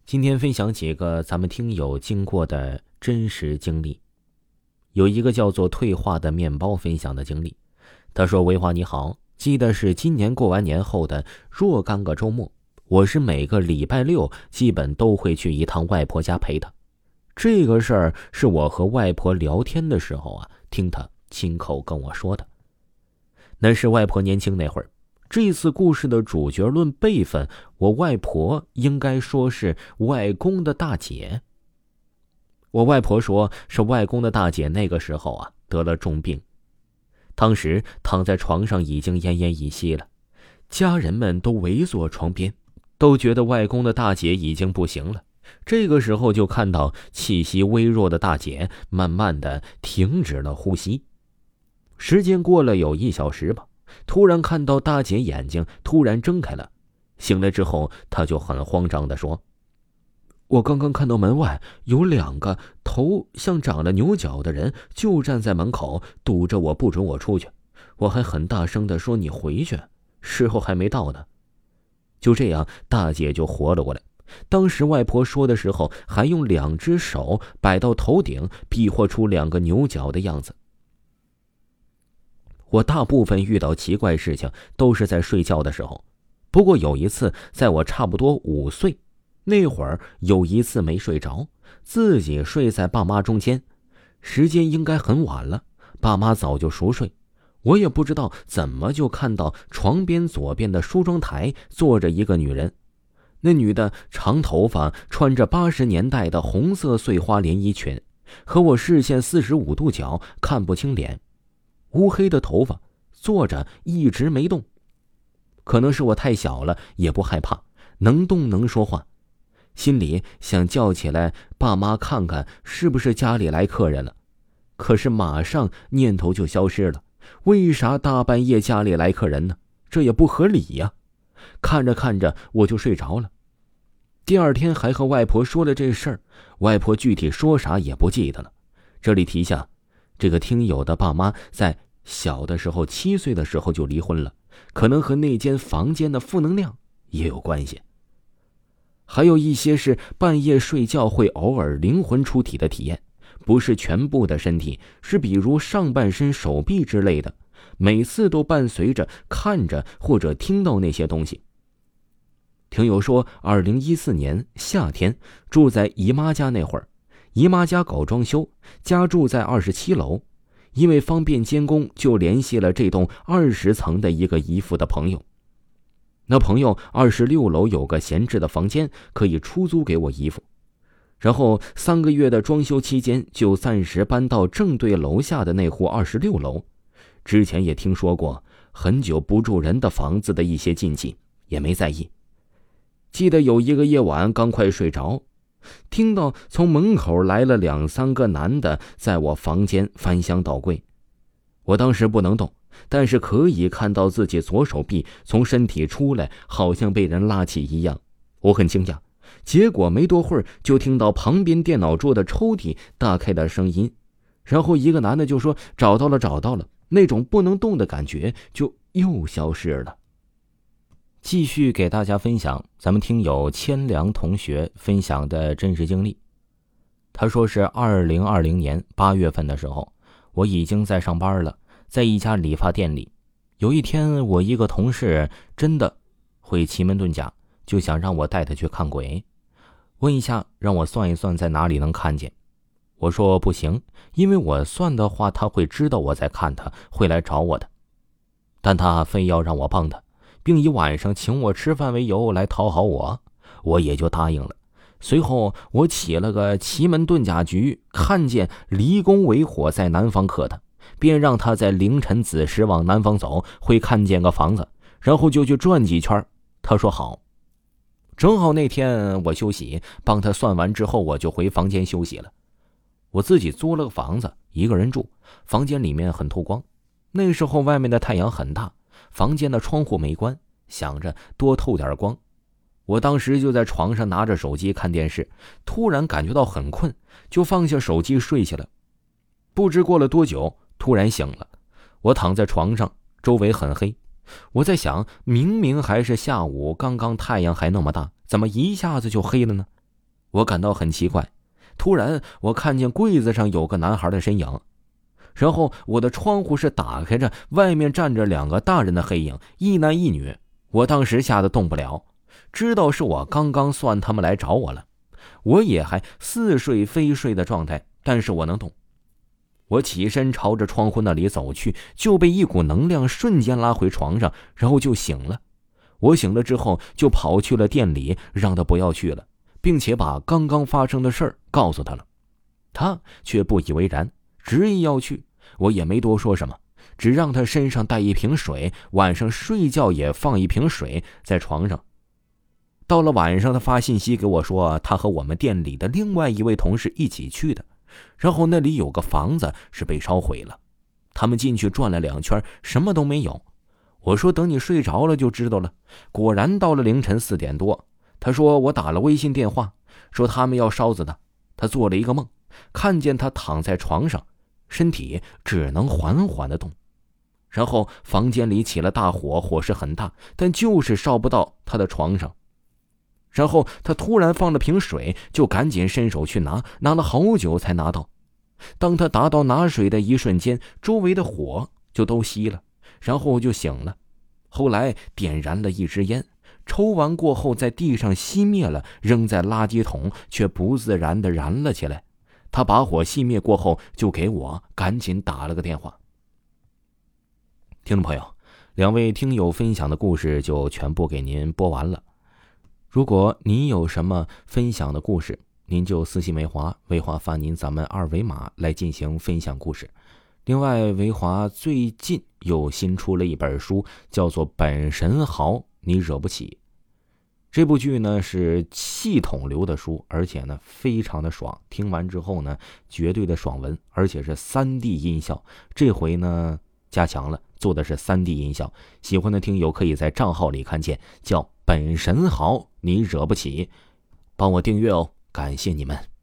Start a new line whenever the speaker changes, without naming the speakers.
今天分享几个咱们听友经过的真实经历。有一个叫做退化的面包分享的经历，他说：维华你好，记得是今年过完年后的若干个周末，我是每个礼拜六基本都会去一趟外婆家陪她。这个事儿是我和外婆聊天的时候听她亲口跟我说的。那是外婆年轻那会儿，这次故事的主角论辈分，我外婆应该说是外公的大姐。我外婆说是外公的大姐那个时候得了重病，当时躺在床上已经奄奄一息了，家人们都围坐床边，都觉得外公的大姐已经不行了。这个时候就看到气息微弱的大姐慢慢的停止了呼吸。时间过了有1小时吧，突然看到大姐眼睛突然睁开了。醒来之后，她就很慌张地说：我刚刚看到门外有2个头像长了牛角的人就站在门口堵着我，不准我出去。我还很大声地说你回去，时候还没到呢。就这样，大姐就活了过来。当时外婆说的时候，还用2只手摆到头顶，比划出2个牛角的样子。我大部分遇到奇怪事情都是在睡觉的时候，不过有一次在我差不多5岁那会儿，有一次没睡着，自己睡在爸妈中间，时间应该很晚了，爸妈早就熟睡。我也不知道怎么就看到床边左边的梳妆台坐着一个女人。那女的长头发，穿着80年代的红色碎花连衣裙，和我视线45度角，看不清脸，乌黑的头发，坐着一直没动。可能是我太小了，也不害怕，能动能说话，心里想叫起来爸妈看看是不是家里来客人了，可是马上念头就消失了。为啥大半夜家里来客人呢？这也不合理呀。看着看着我就睡着了。第二天还和外婆说了这事儿，外婆具体说啥也不记得了。这里提下，这个听友的爸妈在小的时候7岁的时候就离婚了，可能和那间房间的负能量也有关系。还有一些是半夜睡觉会偶尔灵魂出体的体验，不是全部的身体，是比如上半身手臂之类的，每次都伴随着看着或者听到那些东西。听友说2014年夏天住在姨妈家那会儿，姨妈家搞装修，家住在27楼，因为方便监工，就联系了这栋20层的一个姨父的朋友。那朋友26楼有个闲置的房间可以出租给我姨父，然后3个月的装修期间就暂时搬到正对楼下的那户26楼。之前也听说过很久不住人的房子的一些禁忌，也没在意。记得有一个夜晚刚快睡着，听到从门口来了2、3个男的在我房间翻箱倒柜。我当时不能动，但是可以看到自己左手臂从身体出来，好像被人拉起一样。我很惊讶，结果没多会儿就听到旁边电脑桌的抽屉打开的声音，然后一个男的就说找到了找到了，那种不能动的感觉就又消失了。继续给大家分享咱们听友千良同学分享的真实经历。他说是2020年8月份的时候，我已经在上班了，在一家理发店里。有一天我一个同事真的会奇门遁甲，就想让我带他去看鬼，问一下让我算一算在哪里能看见。我说不行，因为我算的话他会知道我在看他，会来找我的。但他非要让我帮他，并以晚上请我吃饭为由来讨好我，我也就答应了。随后我起了个奇门遁甲局，看见离宫为火在南方克他，便让他在凌晨子时往南方走，会看见个房子，然后就去转几圈。他说好。正好那天我休息，帮他算完之后，我就回房间休息了。我自己租了个房子，一个人住，房间里面很透光。那时候外面的太阳很大，房间的窗户没关，想着多透点光。我当时就在床上拿着手机看电视，突然感觉到很困，就放下手机睡下了。不知过了多久，突然醒了。我躺在床上，周围很黑。我在想，明明还是下午，刚刚太阳还那么大，怎么一下子就黑了呢？ 我感到很奇怪，突然我看见柜子上有个男孩的身影，然后我的窗户是打开着，外面站着2个大人的黑影，一男一女。我当时吓得动不了，知道是我刚刚算他们来找我了。我也还似睡非睡的状态，但是我能动。我起身朝着窗户那里走去，就被一股能量瞬间拉回床上，然后就醒了。我醒了之后就跑去了店里，让他不要去了，并且把刚刚发生的事儿告诉他了。他却不以为然，执意要去。我也没多说什么，只让他身上带一瓶水，晚上睡觉也放一瓶水在床上。到了晚上，他发信息给我说，他和我们店里的另外一位同事一起去的，然后那里有个房子是被烧毁了，他们进去转了2圈，什么都没有。我说等你睡着了就知道了。果然到了凌晨4点多，他说我打了微信电话，说他们要烧死他。他做了一个梦，看见他躺在床上，身体只能缓缓地动。然后房间里起了大火，火势很大，但就是烧不到他的床上。然后他突然放了瓶水，就赶紧伸手去拿了好久才拿到。当他达到拿水的一瞬间，周围的火就都熄了，然后就醒了。后来点燃了一支烟，抽完过后在地上熄灭了，扔在垃圾桶，却不自然地燃了起来。他把火熄灭过后，就给我赶紧打了个电话。听众朋友，2位听友分享的故事就全部给您播完了。如果您有什么分享的故事，您就私信维华，维华发您咱们2维码来进行分享故事。另外，维华最近又新出了一本书，叫做《本神豪你惹不起》。这部剧呢是系统流的书，而且呢非常的爽，听完之后呢绝对的爽文，而且是3D 音效，这回呢加强了，做的是3D 音效。喜欢的听友可以在账号里看见，叫本神豪你惹不起，帮我订阅哦，感谢你们。